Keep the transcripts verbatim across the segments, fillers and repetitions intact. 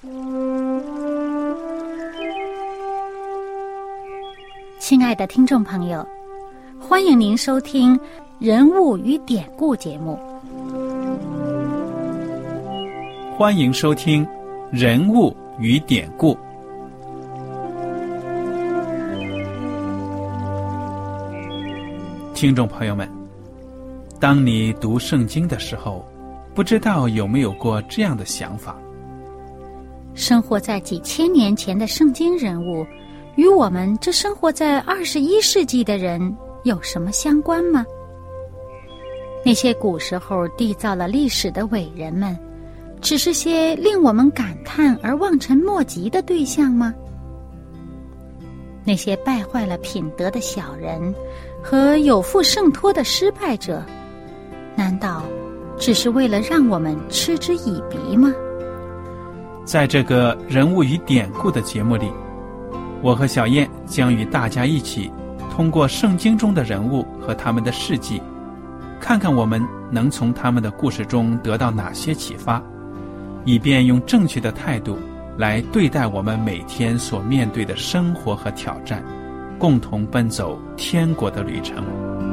亲爱的听众朋友，欢迎您收听《人物与典故》节目。 欢迎收听《人物与典故》。听众朋友们，当你读圣经的时候，不知道有没有过这样的想法： 生活在几千年前的圣经人物，与我们这生活在二十一世纪的人有什么相关吗？那些古时候缔造了历史的伟人们，只是些令我们感叹而望尘莫及的对象吗？那些败坏了品德的小人和有负圣托的失败者，难道只是为了让我们嗤之以鼻吗？ 在这个人物与典故的节目里，我和小燕将与大家一起通过圣经中的人物和他们的事迹，看看我们能从他们的故事中得到哪些启发，以便用正确的态度来对待我们每天所面对的生活和挑战，共同奔走天国的旅程。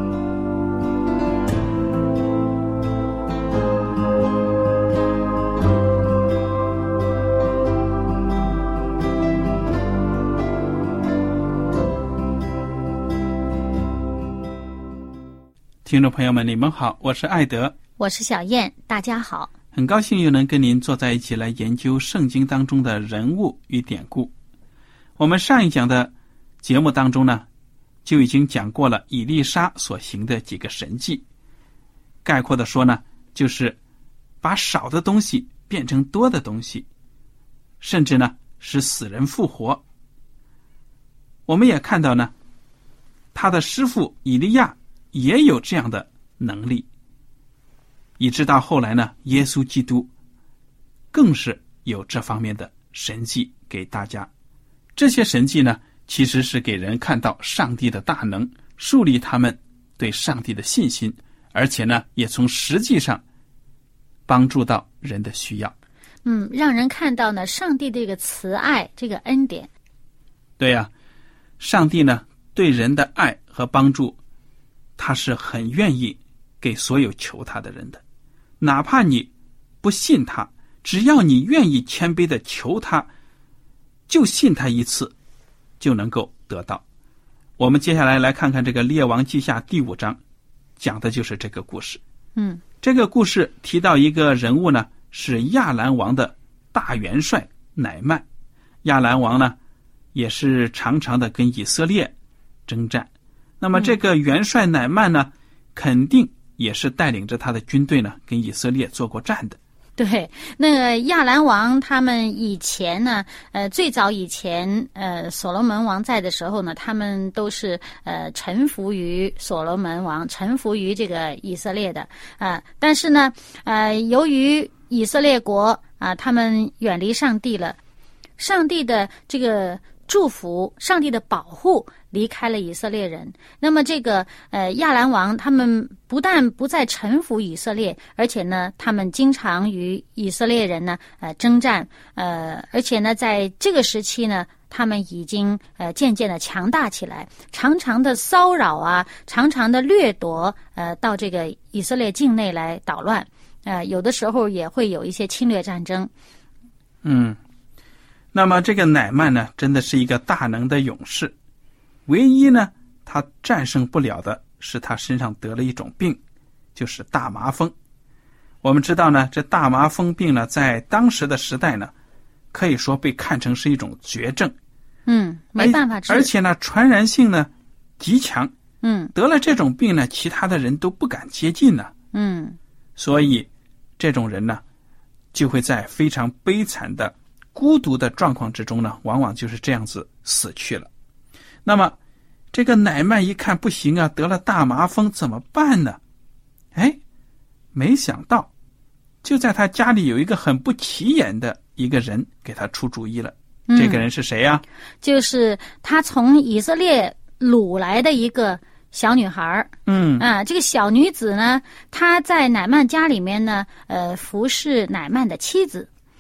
听众朋友们，你们好，我是艾德， 我是小燕，大家好。 很高兴又能跟您坐在一起来研究圣经当中的人物与典故。我们上一讲的节目当中呢，就已经讲过了以利沙所行的几个神迹。概括的说呢，就是把少的东西变成多的东西，甚至呢使死人复活。我们也看到呢，他的师父以利亚也有这样的能力，以致到后来呢，耶稣基督更是有这方面的神迹给大家。这些神迹呢，其实是给人看到上帝的大能，树立他们对上帝的信心，而且呢，也从实际上帮助到人的需要。 嗯，让人看到呢，上帝这个慈爱，这个恩典。 对呀、啊，上帝呢，对人的爱和帮助，他是很愿意给所有求他的人的，哪怕你不信他，只要你愿意谦卑的求他，就信他一次，就能够得到。我们接下来来看看这个列王记下第五章，讲的就是这个故事。 嗯， 这个故事提到一个人物呢，是亚兰王的大元帅乃縵。亚兰王呢，也是常常的跟以色列征战。那么这个元帅乃縵呢，肯定也是带领着他的军队呢，跟以色列做过战的。 对，那个亚兰王他们以前呢，呃，最早以前，呃，所罗门王在的时候呢，他们都是呃臣服于所罗门王，臣服于这个以色列的啊、呃。但是呢，呃，由于以色列国啊、呃，他们远离上帝了，上帝的这个祝福，上帝的保护离开了以色列人。那么这个呃亚兰王他们不但不再臣服以色列，而且呢他们经常与以色列人呢呃征战，呃而且呢在这个时期呢，他们已经呃渐渐的强大起来，常常的骚扰啊，常常的掠夺呃到这个以色列境内来捣乱，呃有的时候也会有一些侵略战争。 嗯。那么这个乃縵呢，真的是一个大能的勇士。唯一呢，他战胜不了的是他身上得了一种病，就是大麻风。我们知道呢，这大麻风病呢，在当时的时代呢，可以说被看成是一种绝症。 嗯，没办法治。 而且呢，传染性呢极强。 嗯， 得了这种病呢，其他的人都不敢接近呢。 嗯， 所以这种人呢，就会在非常悲惨的孤独的状况之中呢，往往就是这样子死去了。那么这个乃縵一看不行啊，得了大麻风怎么办呢？哎，没想到就在他家里有一个很不起眼的一个人给他出主意了。嗯、这个人是谁呀、啊？ 就是他从以色列掳来的一个小女孩。嗯啊，这个小女子呢，她在乃縵家里面呢，呃，服侍乃縵的妻子。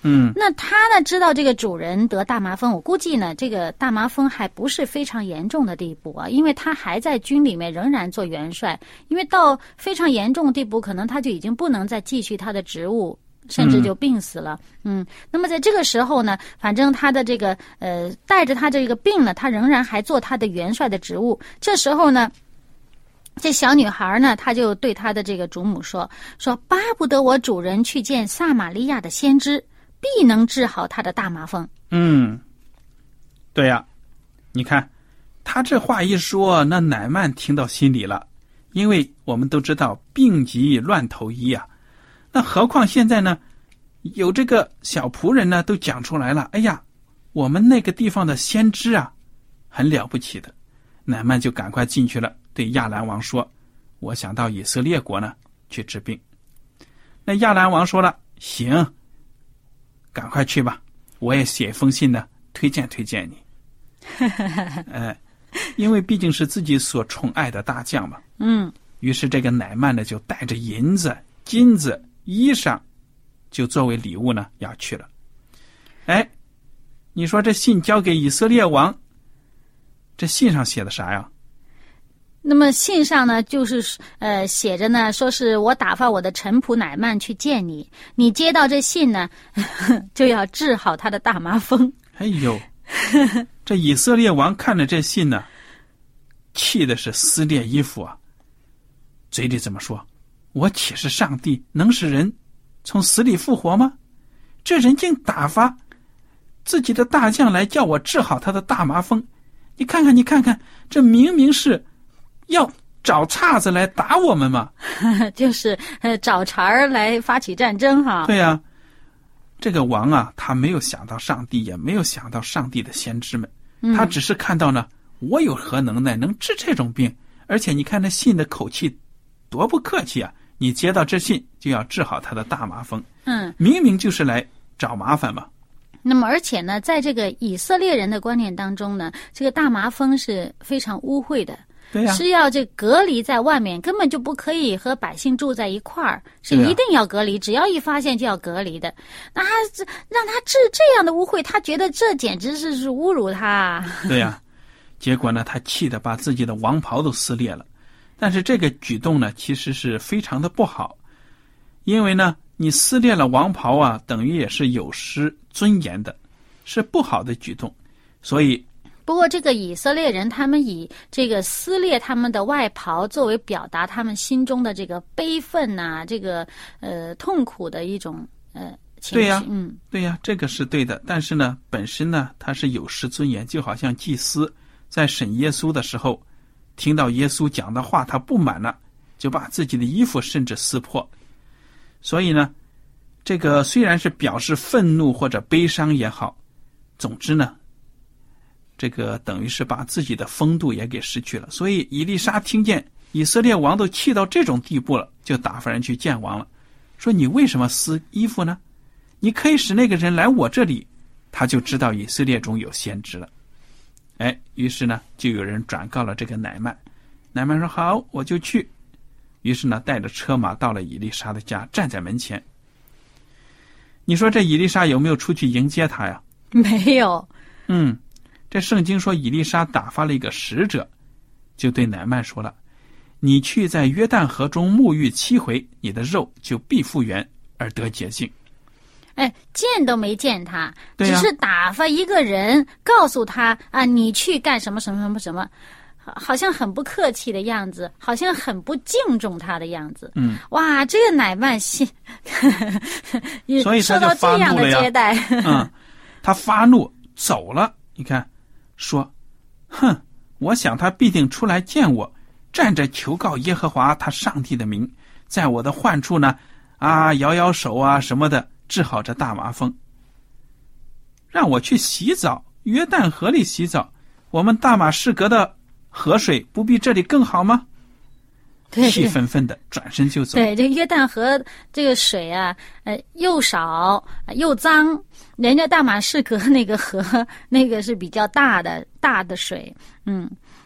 嗯， 那他呢知道这个主人得大麻风，我估计呢这个大麻风还不是非常严重的地步啊，因为他还在军里面仍然做元帅，因为到非常严重的地步，可能他就已经不能再继续他的职务，甚至就病死了。嗯，嗯那么在这个时候呢，反正他的这个呃带着他这个病呢，他仍然还做他的元帅的职务。这时候呢，这小女孩呢，她就对她的这个主母说：“说巴不得我主人去见撒玛利亚的先知，必能治好他的大麻风。” 嗯，对呀，你看他这话一说，那乃曼听到心里了，因为我们都知道病急乱投医啊。那何况现在呢，有这个小仆人呢，都讲出来了。哎呀，我们那个地方的先知啊，很了不起的。乃曼就赶快进去了。对亚兰王说：“我想到以色列国呢去治病。”那亚兰王说了：“行，赶快去吧，我也写一封信呢，推荐推荐你。”哎，因为毕竟是自己所宠爱的大将嘛。 嗯。 于是这个乃曼呢，就带着银子、金子、衣裳，就作为礼物呢要去了。哎，你说这信交给以色列王，这信上写的啥呀？ 那么信上呢，就是呃写着呢，说是我打发我的臣仆乃曼去见你，你接到这信呢，呵呵就要治好他的大麻风。 哎呦，这以色列王看着这信呢，气的是撕裂衣服啊，嘴里怎么说？我岂是上帝，能使人从死里复活吗？这人竟打发自己的大将来叫我治好他的大麻风，你看看，你看看，这明明是要找岔子来打我们嘛。 就是呃找茬儿来发起战争哈。 对呀、啊，这个王啊，他没有想到上帝，也没有想到上帝的先知们， 嗯、 他只是看到呢，我有何能耐能治这种病？而且你看那信的口气多不客气啊！你接到这信就要治好他的大麻风， 嗯， 明明就是来找麻烦嘛。 那么而且呢，在这个以色列人的观念当中呢，这个大麻风是非常污穢的。 对呀、啊， 是要这隔离在外面，根本就不可以和百姓住在一块儿，是一定要隔离、啊、只要一发现就要隔离的。那他让他治这样的污秽，他觉得这简直是是侮辱他。 对呀、啊，结果呢，他气得把自己的王袍都撕裂了。但是这个举动呢，其实是非常的不好，因为呢，你撕裂了王袍啊，等于也是有失尊严的，是不好的举动。所以不过这个以色列人他们以这个撕裂他们的外袍作为表达他们心中的这个悲愤呐、啊，这个呃痛苦的一种呃情绪。 对呀， 嗯， 对呀，这个是对的。但是呢，本身呢，它是有失尊严，就好像祭司在审耶稣的时候，听到耶稣讲的话，他不满了，就把自己的衣服甚至撕破。所以呢，这个虽然是表示愤怒或者悲伤也好，总之呢，这个等于是把自己的风度也给失去了。所以以利沙听见以色列王都气到这种地步了，就打发人去见王了，说你为什么撕衣服呢？你可以使那个人来我这里，他就知道以色列中有先知了。哎，于是呢，就有人转告了这个乃曼。乃曼说好，我就去。于是呢，带着车马到了以利沙的家，站在门前。你说这以利沙有没有出去迎接他呀？ 没有。 嗯，这圣经说以利沙打发了一个使者，就对乃曼说了，你去在约旦河中沐浴七回，你的肉就必复原而得洁净。 哎，见都没见他， 啊、 只是打发一个人告诉他啊，你去干什么什么什么什么，好像很不客气的样子，好像很不敬重他的样子。 嗯， 哇，这个乃曼心， 所以他就发怒了呀。 受到这样的接待， 嗯，他发怒走了。你看，说，哼，我想他必定出来见我，站着求告耶和华他上帝的名，在我的患处呢，啊，摇摇手啊什么的。治好这大麻风，让我去洗澡，约旦河里洗澡，我们大马士革的河水不比这里更好吗？ 对， 气愤愤的转身就走。 对，这约旦河这个水啊，呃，又少又脏，人家大马士革那个河那个是比较大的大的水，嗯，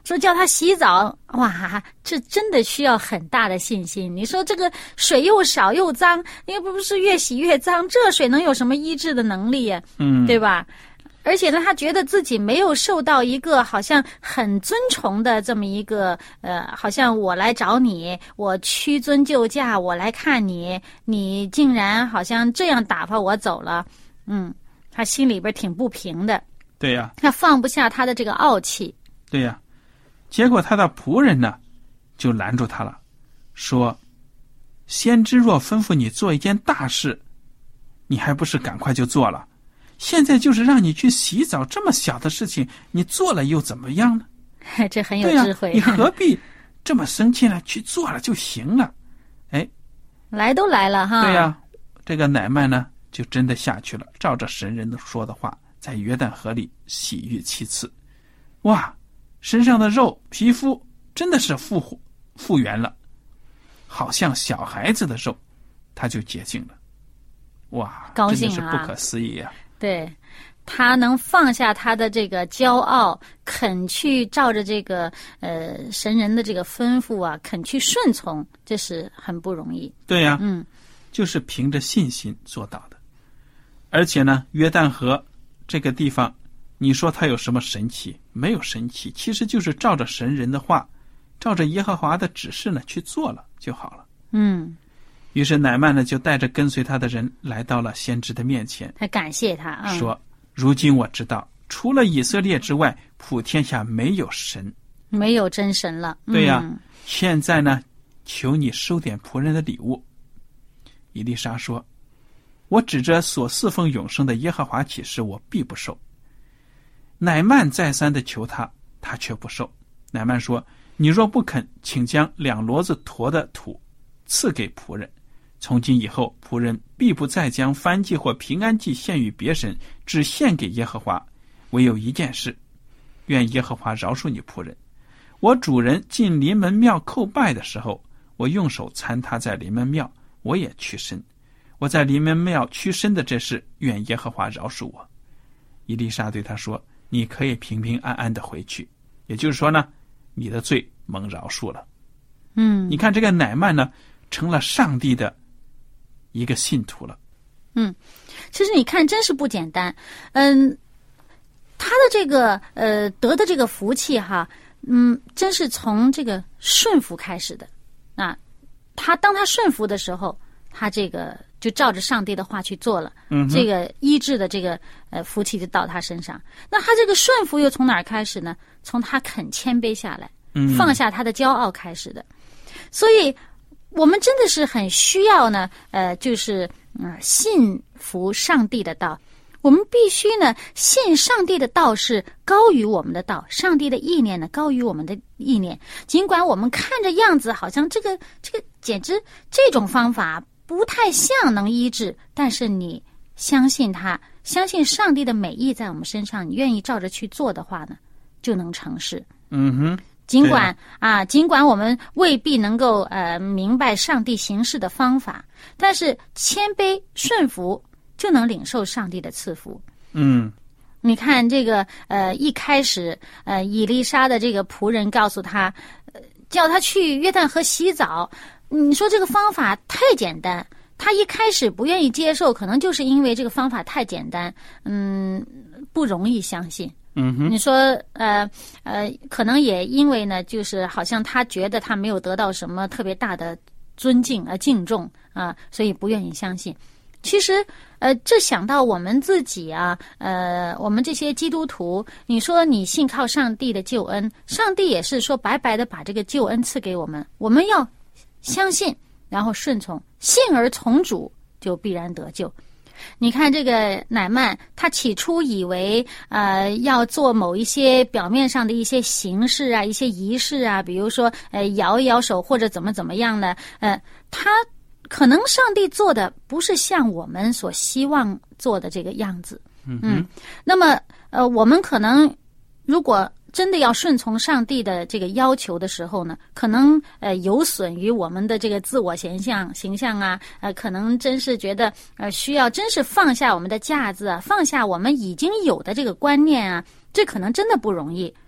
说叫他洗澡，哇，这真的需要很大的信心。你说这个水又少又脏，你不是越洗越脏，这水能有什么医治的能力呀？ 嗯， 对吧？而且呢，他觉得自己没有受到一个好像很尊崇的这么一个呃，好像我来找你，我屈尊就驾，我来看你，你竟然好像这样打发我走了，嗯，他心里边挺不平的。 对呀， 他放不下他的这个傲气。 对呀，结果他的仆人呢，就拦住他了，说：“先知若吩咐你做一件大事，你还不是赶快就做了？现在就是让你去洗澡，这么小的事情，你做了又怎么样呢？” 这很有智慧。 对呀，你何必这么生气呢？去做了就行了。哎， 来都来了哈。 对呀，这个乃縵呢，就真的下去了，照着神人说的话，在约旦河里洗浴七次。哇，身上的肉皮肤真的是复活复原了，好像小孩子的肉，他就洁净了。哇， 高兴啊， 真的是不可思议啊。 对，他能放下他的这个骄傲，肯去照着这个呃神人的这个吩咐啊，肯去顺从，这是很不容易。 对呀， 嗯， 就是凭着信心做到的。而且呢，约旦河这个地方，你说它有什么神奇？没有神奇，其实就是照着神人的话，照着耶和华的指示呢去做了就好了。 嗯。 于是乃縵呢就带着跟随他的人来到了先知的面前， 他感谢他，嗯、 说：“如今我知道，除了以色列之外，普天下没有神， 没有真神了。嗯” 对呀，现在呢，求你收点仆人的礼物。以利沙说：“我指着所侍奉永生的耶和华起誓，我必不受。”乃縵再三的求他，他却不受。乃縵说：“你若不肯，请将两骡子驮的土赐给仆人。从今以后，仆人必不再将燔祭或平安祭献与别神，只献给耶和华。唯有一件事，愿耶和华饶恕你仆人。我主人进临门庙叩拜的时候，我用手参他在临门庙，我也屈身。我在临门庙屈身的这事，愿耶和华饶恕我。”以利沙对他说：“你可以平平安安的回去。”也就是说呢，你的罪蒙饶恕了。 嗯， 你看这个乃縵呢，成了上帝的一个信徒了。 嗯，其实你看真是不简单。嗯，他的这个呃得的这个福气哈，嗯，真是从这个顺服开始的。啊，他当他顺服的时候，他这个就照着上帝的话去做了。 嗯， 这个医治的这个呃福气就到他身上。那他这个顺服又从哪儿开始呢？从他肯谦卑下来， 嗯， 放下他的骄傲开始的。所以我们真的是很需要呢，呃，就是嗯、呃，信服上帝的道。我们必须呢，信上帝的道是高于我们的道，上帝的意念呢高于我们的意念。尽管我们看着样子好像这个这个简直这种方法不太像能医治，但是你相信他，相信上帝的美意在我们身上，你愿意照着去做的话呢，就能成事。 嗯哼。 尽管啊，尽管我们未必能够呃明白上帝行事的方法，但是谦卑顺服就能领受上帝的赐福。 嗯， 你看这个呃一开始呃以利沙的这个仆人告诉他，呃、叫他去约旦河洗澡。你说这个方法太简单，他一开始不愿意接受，可能就是因为这个方法太简单，嗯，不容易相信。 嗯哼， 你说呃呃，可能也因为呢，就是好像他觉得他没有得到什么特别大的尊敬啊、呃、敬重啊、呃，所以不愿意相信。其实呃，这想到我们自己啊，呃，我们这些基督徒，你说你信靠上帝的救恩，上帝也是说白白的把这个救恩赐给我们，我们要相信，然后顺从，信而从主，就必然得救。你看这个乃縵，他起初以为呃要做某一些表面上的一些形式啊，一些仪式啊，比如说呃摇一摇手或者怎么怎么样呢？呃，他可能上帝做的不是像我们所希望做的这个样子。 嗯嗯， 那么呃，我们可能如果真的要顺从上帝的这个要求的时候呢，可能呃有损于我们的这个自我形象形象啊，呃，可能真是觉得呃需要真是放下我们的架子啊，放下我们已经有的这个观念啊，这可能真的不容易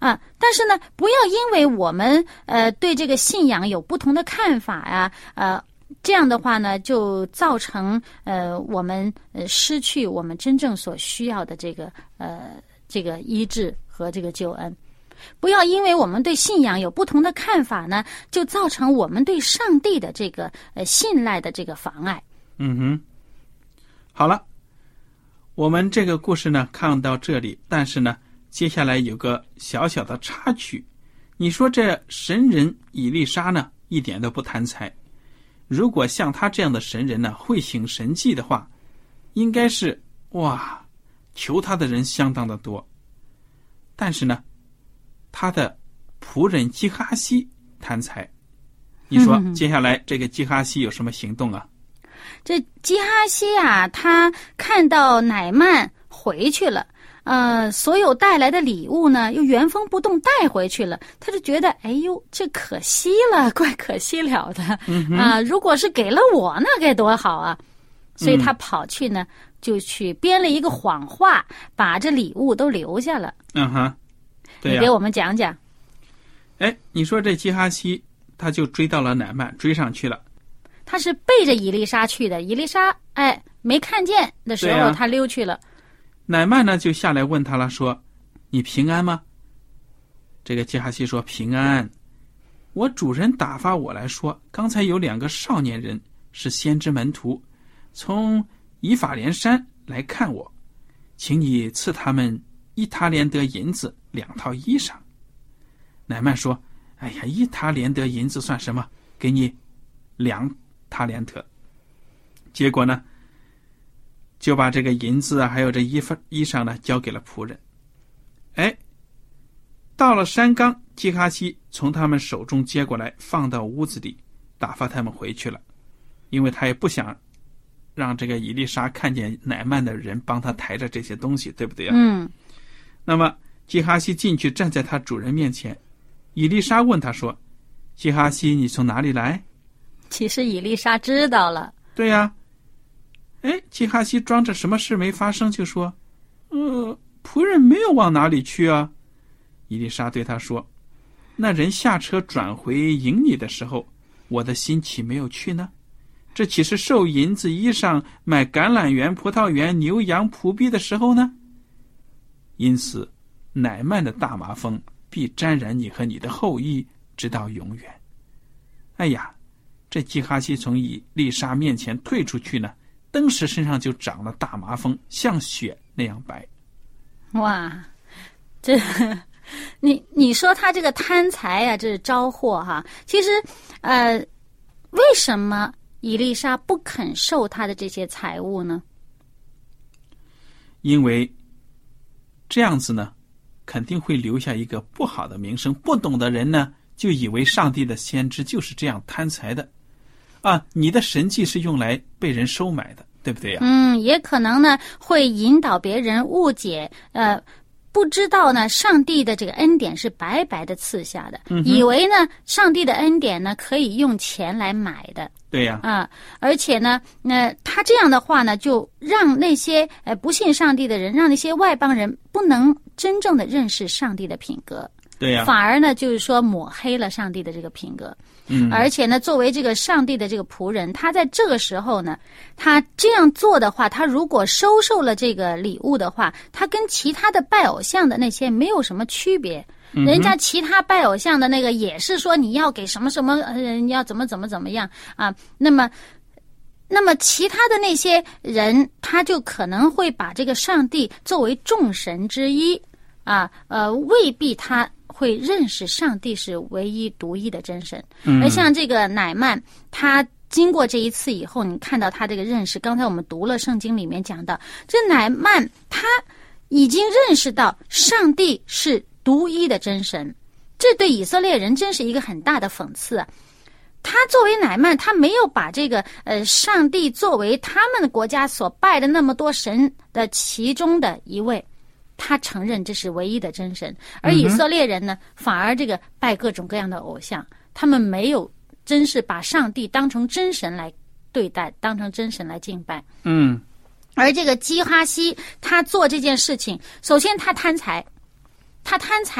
啊，但是呢，不要因为我们呃对这个信仰有不同的看法呀、啊，呃，这样的话呢，就造成呃我们呃失去我们真正所需要的这个呃这个医治和这个救恩。不要因为我们对信仰有不同的看法呢，就造成我们对上帝的这个呃信赖的这个妨碍。 嗯哼，好了，我们这个故事呢看到这里，但是呢，接下来有个小小的插曲。你说这神人以利沙呢，一点都不贪财。如果像他这样的神人呢，会行神迹的话，应该是哇，求他的人相当的多。但是呢，他的仆人基哈西贪财。你说接下来这个基哈西有什么行动啊？ 这基哈西啊，他看到乃曼回去了，呃，所有带来的礼物呢，又原封不动带回去了，他就觉得，哎呦，这可惜了，怪可惜了的啊、 嗯呃！如果是给了我，那该多好啊！所以他跑去呢，就去编了一个谎话，把这礼物都留下了。 嗯哼，对呀、 你给我们讲讲。 哎，你说这基哈西他就追到了乃曼，追上去了。 他是背着以利沙去的，以利沙哎没看见的时候， 啊、 他溜去了。 乃曼呢就下来问他了，说：“你平安吗？”这个基哈西说：“平安。我主人打发我来说，刚才有两个少年人是先知门徒，从以法莲山来看我，请你赐他们一塔连得银子两套衣裳。”乃曼说：“哎呀，一塔连得银子算什么？给你两塔连得。”结果呢，就把这个银子啊，还有这衣服衣裳呢，交给了仆人。哎，到了山冈，基哈西从他们手中接过来，放到屋子里，打发他们回去了，因为他也不想让这个以利沙看见乃曼的人帮他抬着这些东西，对不对啊？ 嗯。 那么基哈西进去，站在他主人面前。以利沙问他说：“基哈西，你从哪里来？” 其实以利沙知道了。 对呀、啊。哎，基哈西装着什么事没发生，就说：“呃，仆人没有往哪里去啊。”以利沙对他说：“那人下车转回迎你的时候，我的心岂没有去呢？这岂是受银子衣裳买橄榄园、葡萄园、牛羊、仆婢的时候呢？因此，乃曼的大麻风必沾染你和你的后裔，直到永远。”哎呀，这基哈西从以利沙面前退出去呢，登时身上就长了大麻风，像雪那样白。 哇，这你你说他这个贪财啊，这是招祸哈。其实，呃，为什么以利沙不肯受他的这些财物呢？ 因为这样子呢，肯定会留下一个不好的名声。不懂的人呢，就以为上帝的先知就是这样贪财的。啊，你的神迹是用来被人收买的，对不对呀、啊？ 嗯，也可能呢会引导别人误解，呃，不知道呢上帝的这个恩典是白白的赐下的， 嗯、 以为呢上帝的恩典呢可以用钱来买的。 对呀、 啊，啊，而且呢，那、呃、他这样的话呢，就让那些呃不信上帝的人，让那些外邦人不能真正的认识上帝的品格。 对呀、啊， 反而呢，就是说抹黑了上帝的这个品格。 嗯， 而且呢，作为这个上帝的这个仆人，他在这个时候呢，他这样做的话，他如果收受了这个礼物的话，他跟其他的拜偶像的那些没有什么区别。 嗯、 人家其他拜偶像的那个也是说你要给什么什么，呃，你要怎么怎么怎么样啊？那么，那么其他的那些人，他就可能会把这个上帝作为众神之一啊，呃，未必他会认识上帝是唯一独一的真神。 嗯、 而像这个乃曼，他经过这一次以后，你看到他这个认识，刚才我们读了圣经里面讲到，这乃曼他已经认识到上帝是独一的真神，这对以色列人真是一个很大的讽刺啊。他作为乃曼，他没有把这个呃上帝作为他们国家所拜的那么多神的其中的一位，他承认这是唯一的真神。而以色列人呢，嗯、反而这个拜各种各样的偶像，他们没有真是把上帝当成真神来对待，当成真神来敬拜。 嗯， 而这个基哈西他做这件事情，首先他贪财。他贪财，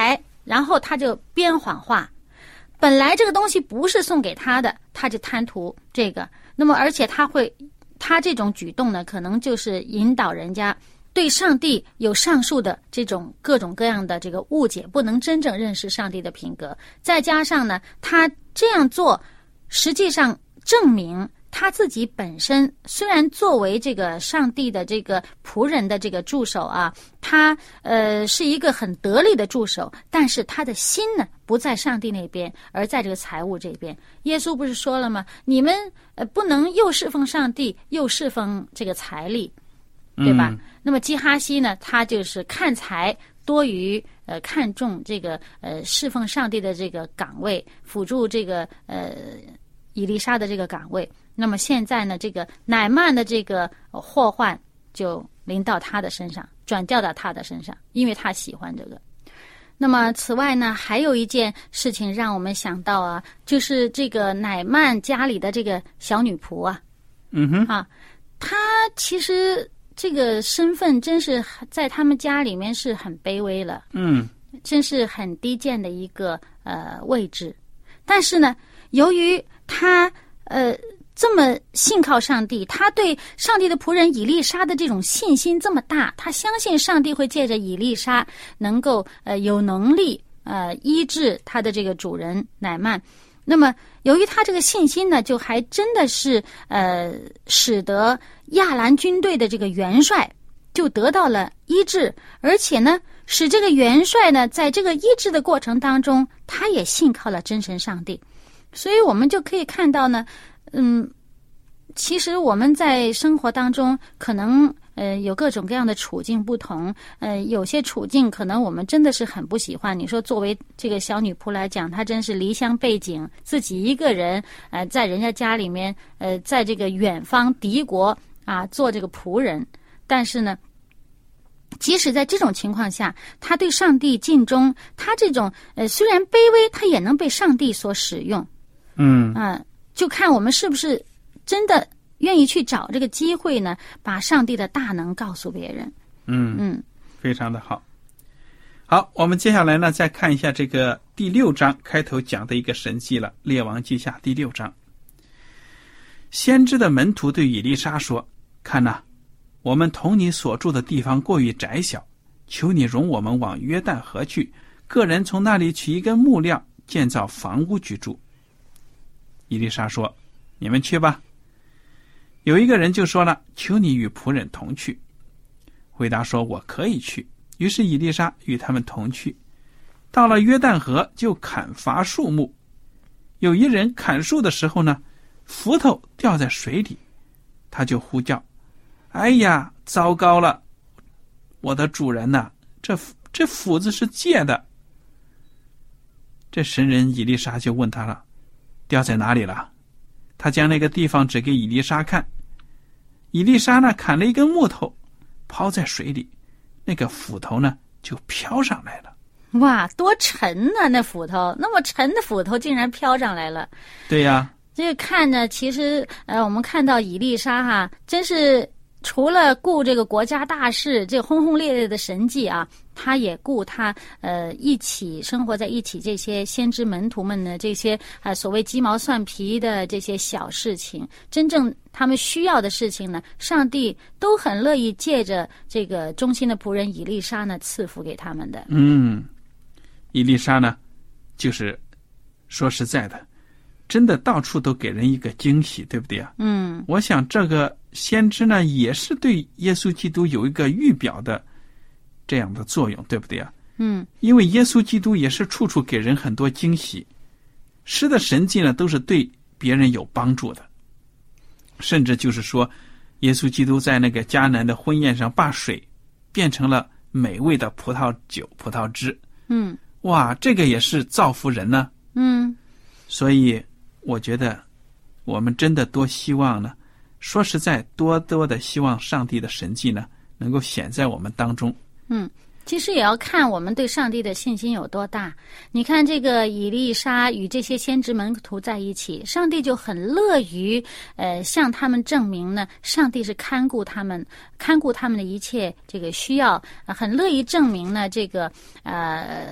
然后他就编谎话，本来这个东西不是送给他的，他就贪图这个。那么而且他会他这种举动呢，可能就是引导人家对上帝有上述的这种各种各样的这个误解，不能真正认识上帝的品格。再加上呢，他这样做实际上证明他自己本身虽然作为这个上帝的这个仆人的这个助手啊，他呃是一个很得力的助手，但是他的心呢不在上帝那边，而在这个财物这边。耶稣不是说了吗？你们呃不能又侍奉上帝又侍奉这个财力，对吧？嗯、那么基哈西呢，他就是看财多于呃看重这个呃侍奉上帝的这个岗位，辅助这个呃以利沙的这个岗位。那么现在呢，这个乃曼的这个祸患就临到他的身上，转掉到他的身上，因为他喜欢这个。那么此外呢，还有一件事情让我们想到啊，就是这个乃曼家里的这个小女仆啊， 嗯哼， 啊，她其实这个身份真是在他们家里面是很卑微了， 嗯， 真是很低贱的一个呃位置。但是呢，由于她呃。这么信靠上帝，他对上帝的仆人以利沙的这种信心这么大，他相信上帝会借着以利沙能够呃有能力呃医治他的这个主人乃曼。那么由于他这个信心呢，就还真的是呃使得亚兰军队的这个元帅就得到了医治，而且呢使这个元帅呢在这个医治的过程当中，他也信靠了真神上帝。所以我们就可以看到呢，嗯，其实我们在生活当中可能呃有各种各样的处境不同，呃有些处境可能我们真的是很不喜欢。你说作为这个小女仆来讲，她真是离乡背井，自己一个人呃在人家家里面呃在这个远方敌国啊做这个仆人。但是呢，即使在这种情况下，她对上帝尽忠，她这种呃虽然卑微，她也能被上帝所使用。 嗯啊，就看我们是不是真的愿意去找这个机会呢，把上帝的大能告诉别人。 嗯嗯， 非常的好。好，我们接下来呢再看一下这个第六章开头讲的一个神迹了，《列王记下》第六章。先知的门徒对以利沙说：“看哪，我们同你所住的地方过于窄小，求你容我们往约旦河去，个人从那里取一根木料，建造房屋居住。”以利沙说：“你们去吧。”有一个人就说了：“求你与仆人同去。”回答说：“我可以去。”于是以利沙与他们同去，到了约旦河就砍伐树木。有一人砍树的时候呢，斧头掉在水里，他就呼叫：“哎呀，糟糕了！我的主人呐，这这斧子是借的。”这神人以利沙就问他了：“掉在哪里了？”他将那个地方指给以利沙看。以利沙呢，砍了一根木头，抛在水里，那个斧头呢就飘上来了。 哇，多沉啊！那斧头那么沉的斧头竟然飘上来了。 对呀， 这个看着其实呃，我们看到以利沙哈，真是除了顾这个国家大事，这轰轰烈烈的神迹啊，他也顾他呃一起生活在一起这些先知门徒们的这些啊、呃、所谓鸡毛蒜皮的这些小事情，真正他们需要的事情呢，上帝都很乐意借着这个忠心的仆人以利沙呢赐福给他们的。 嗯，以利沙呢，就是说实在的，真的到处都给人一个惊喜，对不对啊？ 嗯， 我想这个先知呢，也是对耶稣基督有一个预表的这样的作用，对不对啊？ 嗯， 因为耶稣基督也是处处给人很多惊喜，施的神迹呢都是对别人有帮助的。甚至就是说，耶稣基督在那个迦南的婚宴上把水变成了美味的葡萄酒、葡萄汁。 嗯， 哇，这个也是造福人呢。 嗯， 所以我觉得我们真的多希望呢，说实在，多多的希望上帝的神迹呢能够显在我们当中。 嗯，其实也要看我们对上帝的信心有多大。你看这个以利沙与这些先知门徒在一起，上帝就很乐于呃向他们证明呢，上帝是看顾他们看顾他们的一切这个需要、呃、很乐意证明呢这个呃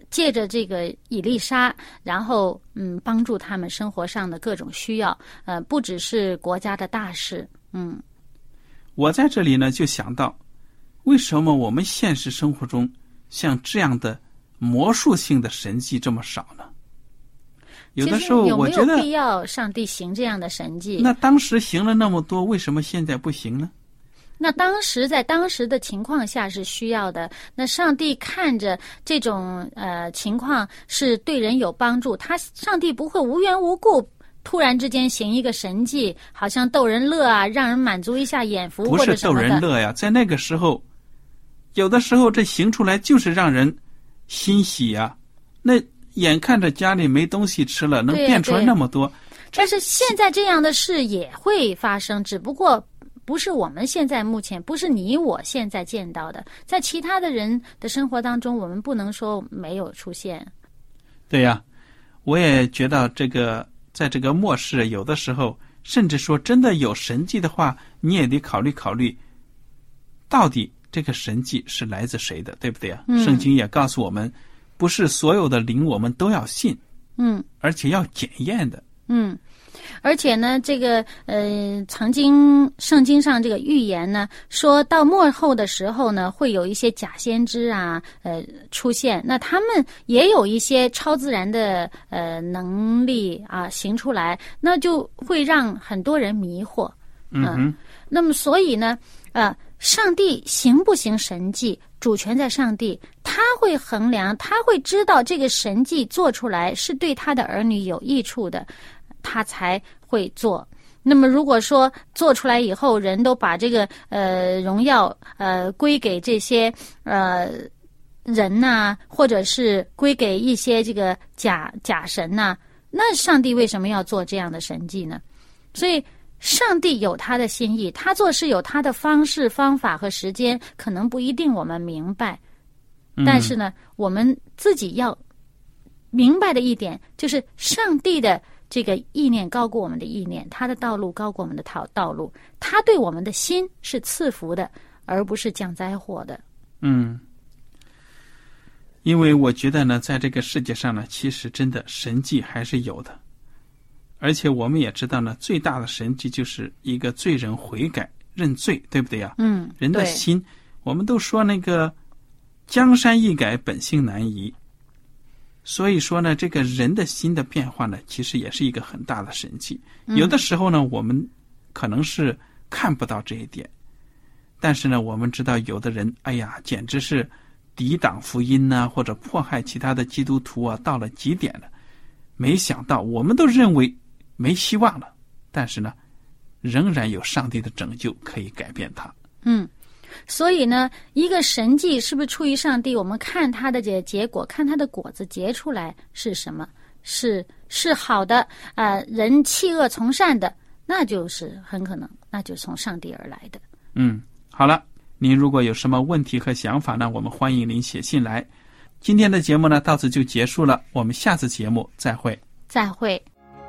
借着这个以利沙，然后嗯帮助他们生活上的各种需要，呃，不只是国家的大事。嗯， 我在这里呢就想到，为什么我们现实生活中像这样的魔术性的神迹这么少呢？有的时候我觉得有没有必要上帝行这样的神迹？ 那当时行了那么多，为什么现在不行呢？ 那当时在当时的情况下是需要的，那上帝看着这种呃情况是对人有帮助，他上帝不会无缘无故突然之间行一个神迹，好像逗人乐啊，让人满足一下眼福或者什么的。 不是逗人乐呀，在那个时候，有的时候这行出来就是让人欣喜啊。那眼看着家里没东西吃了，能变出来那么多。 但是现在这样的事也会发生，只不过不是我们现在目前，不是你我现在见到的，在其他的人的生活当中，我们不能说没有出现。 对呀，我也觉得这个在这个末世，有的时候甚至说真的有神迹的话，你也得考虑考虑，到底这个神迹是来自谁的，对不对啊？嗯、圣经也告诉我们，不是所有的灵我们都要信， 嗯， 而且要检验的， 嗯。而且呢，这个呃，曾经圣经上这个预言呢，说到末后的时候呢，会有一些假先知啊，呃，出现。那他们也有一些超自然的呃能力啊，行出来，那就会让很多人迷惑。 嗯哼、呃。 那么所以呢，呃，上帝行不行神迹，主权在上帝，他会衡量，他会知道这个神迹做出来是对他的儿女有益处的。他才会做。那么如果说做出来以后，人都把这个呃荣耀呃归给这些呃人呐、啊，或者是归给一些这个假假神呐、啊，那上帝为什么要做这样的神迹呢？所以上帝有他的心意，他做事有他的方式、方法和时间，可能不一定我们明白，但是呢，我们自己要明白的一点就是上帝的这个意念高过我们的意念，他的道路高过我们的道道路，他对我们的心是赐福的，而不是降灾祸的。 嗯，因为我觉得呢，在这个世界上呢，其实真的神迹还是有的，而且我们也知道呢，最大的神迹就是一个罪人悔改认罪，对不对呀？ 嗯， 人的心，我们都说那个江山易改，本性难移。所以说呢，这个人的心的变化呢，其实也是一个很大的神迹。有的时候呢，我们可能是看不到这一点，但是呢，我们知道有的人，哎呀，简直是抵挡福音呐、啊，或者迫害其他的基督徒啊，到了极点了。没想到，我们都认为没希望了，但是呢，仍然有上帝的拯救可以改变他。 嗯。所以呢，一个神迹是不是出于上帝，我们看它的结结果，看它的果子结出来是什么，是是好的，呃，人弃恶从善的，那就是很可能，那就是从上帝而来的。 嗯，好了，您如果有什么问题和想法呢，我们欢迎您写信来。今天的节目呢，到此就结束了，我们下次节目再会。 再会。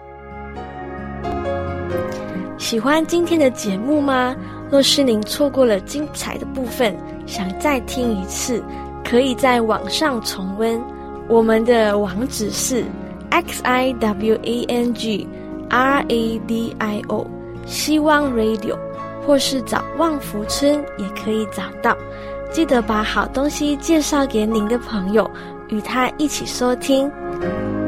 喜欢今天的节目吗？若是您错过了精彩的部分，想再听一次，可以在网上重温。我们的网址是 x i w a n g r a d i o 希望 radio， 或是找旺福村也可以找到。记得把好东西介绍给您的朋友，与他一起收听。